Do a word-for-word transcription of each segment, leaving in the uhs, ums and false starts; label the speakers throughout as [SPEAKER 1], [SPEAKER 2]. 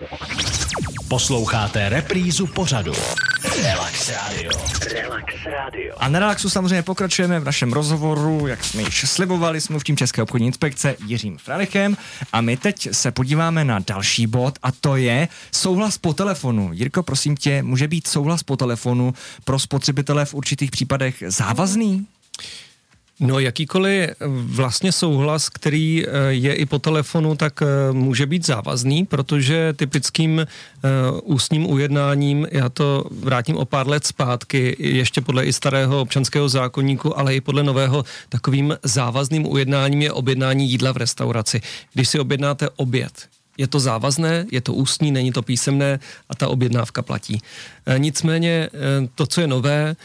[SPEAKER 1] Posloucháte reprízu pořadu Relax Radio. Relax Radio. A na Relaxu samozřejmě pokračujeme v našem rozhovoru, jak jsme již slibovali, s mluvčím České obchodní inspekce Jiřím Franichem, a my teď se podíváme na další bod, a to je souhlas po telefonu. Jirko, prosím tě, může být souhlas po telefonu pro spotřebitele v určitých případech závazný?
[SPEAKER 2] No, jakýkoliv vlastně souhlas, který je i po telefonu, tak může být závazný, protože typickým ústním ujednáním, já to vrátím o pár let zpátky, ještě podle i starého občanského zákoníku, ale i podle nového, takovým závazným ujednáním je objednání jídla v restauraci. Když si objednáte oběd, je to závazné, je to ústní, není to písemné a ta objednávka platí. Nicméně to, co je nové,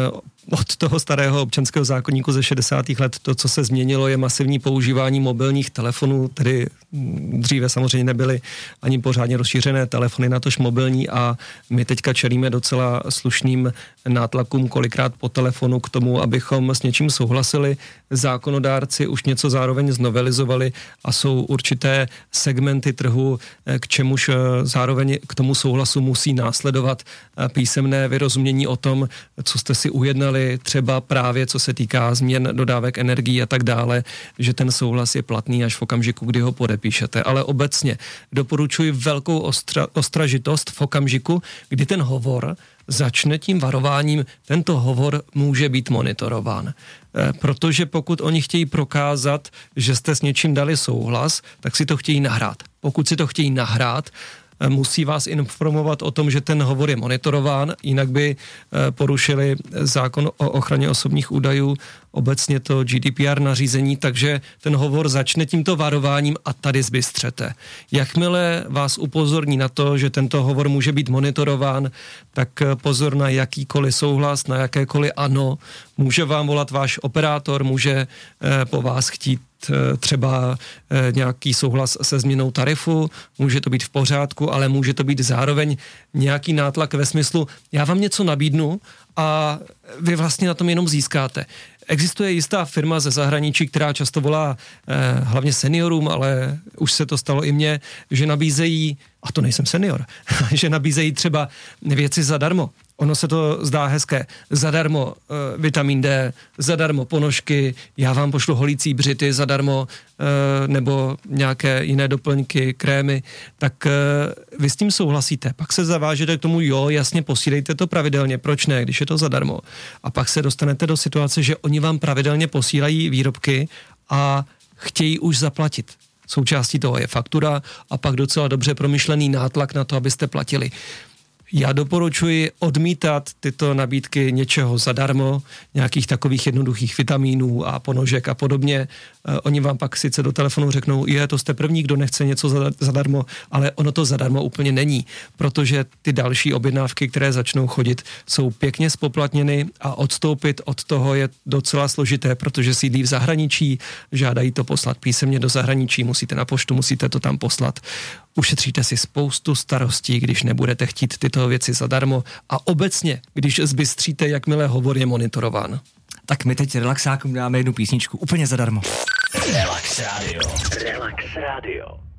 [SPEAKER 2] od toho starého občanského zákoníku ze šedesátých let, to, co se změnilo, je masivní používání mobilních telefonů, tedy dříve samozřejmě nebyly ani pořádně rozšířené telefony, natož mobilní, a my teďka čelíme docela slušným nátlakům kolikrát po telefonu k tomu, abychom s něčím souhlasili. Zákonodárci už něco zároveň znovelizovali a jsou určité segmenty trhu, k čemuž zároveň k tomu souhlasu musí následovat písemné vyrozumění o tom, co jste si ujednali, třeba právě co se týká změn dodávek energií a tak dále, že ten souhlas je platný až v okamžiku, kdy ho podepíšete. Ale obecně doporučuji velkou ostra, ostražitost v okamžiku, kdy ten hovor začne tím varováním, tento hovor může být monitorován. E, protože pokud oni chtějí prokázat, že jste s něčím dali souhlas, tak si to chtějí nahrát. Pokud si to chtějí nahrát, musí vás informovat o tom, že ten hovor je monitorován, jinak by porušili zákon o ochraně osobních údajů, obecně to G D P R nařízení, takže ten hovor začne tímto varováním a tady zbystřete. Jakmile vás upozorní na to, že tento hovor může být monitorován, tak pozor na jakýkoliv souhlas, na jakékoliv ano. Může vám volat váš operátor, může po vás chtít třeba nějaký souhlas se změnou tarifu, může to být v pořádku, ale může to být zároveň nějaký nátlak ve smyslu, já vám něco nabídnu a vy vlastně na tom jenom získáte. Existuje jistá firma ze zahraničí, která často volá eh, hlavně seniorům, ale už se to stalo i mně, že nabízejí, a to nejsem senior, že nabízejí třeba věci zadarmo. Ono se to zdá hezké. Zadarmo e, vitamin D, zadarmo ponožky, já vám pošlu holící břity zadarmo, e, nebo nějaké jiné doplňky, krémy, tak e, vy s tím souhlasíte. Pak se zavážete k tomu, jo, jasně, posílejte to pravidelně, proč ne, když je to zadarmo. A pak se dostanete do situace, že oni vám pravidelně posílají výrobky a chtějí už zaplatit. Součástí toho je faktura a pak docela dobře promyšlený nátlak na to, abyste platili. Já doporučuji odmítat tyto nabídky něčeho zadarmo, nějakých takových jednoduchých vitamínů a ponožek a podobně. E, oni vám pak sice do telefonu řeknou, je, to jste první, kdo nechce něco zadarmo, ale ono to zadarmo úplně není, protože ty další objednávky, které začnou chodit, jsou pěkně spoplatněny a odstoupit od toho je docela složité, protože sídlí v zahraničí, žádají to poslat písemně do zahraničí, musíte na poštu, musíte to tam poslat. Ušetříte si spoustu starostí, když nebudete chtít tyto věci zadarmo a obecně, když zbystříte, jakmile hovor je monitorován.
[SPEAKER 1] Tak my teď relaxákům dáme jednu písničku úplně zadarmo. Relax Radio. Relax Radio.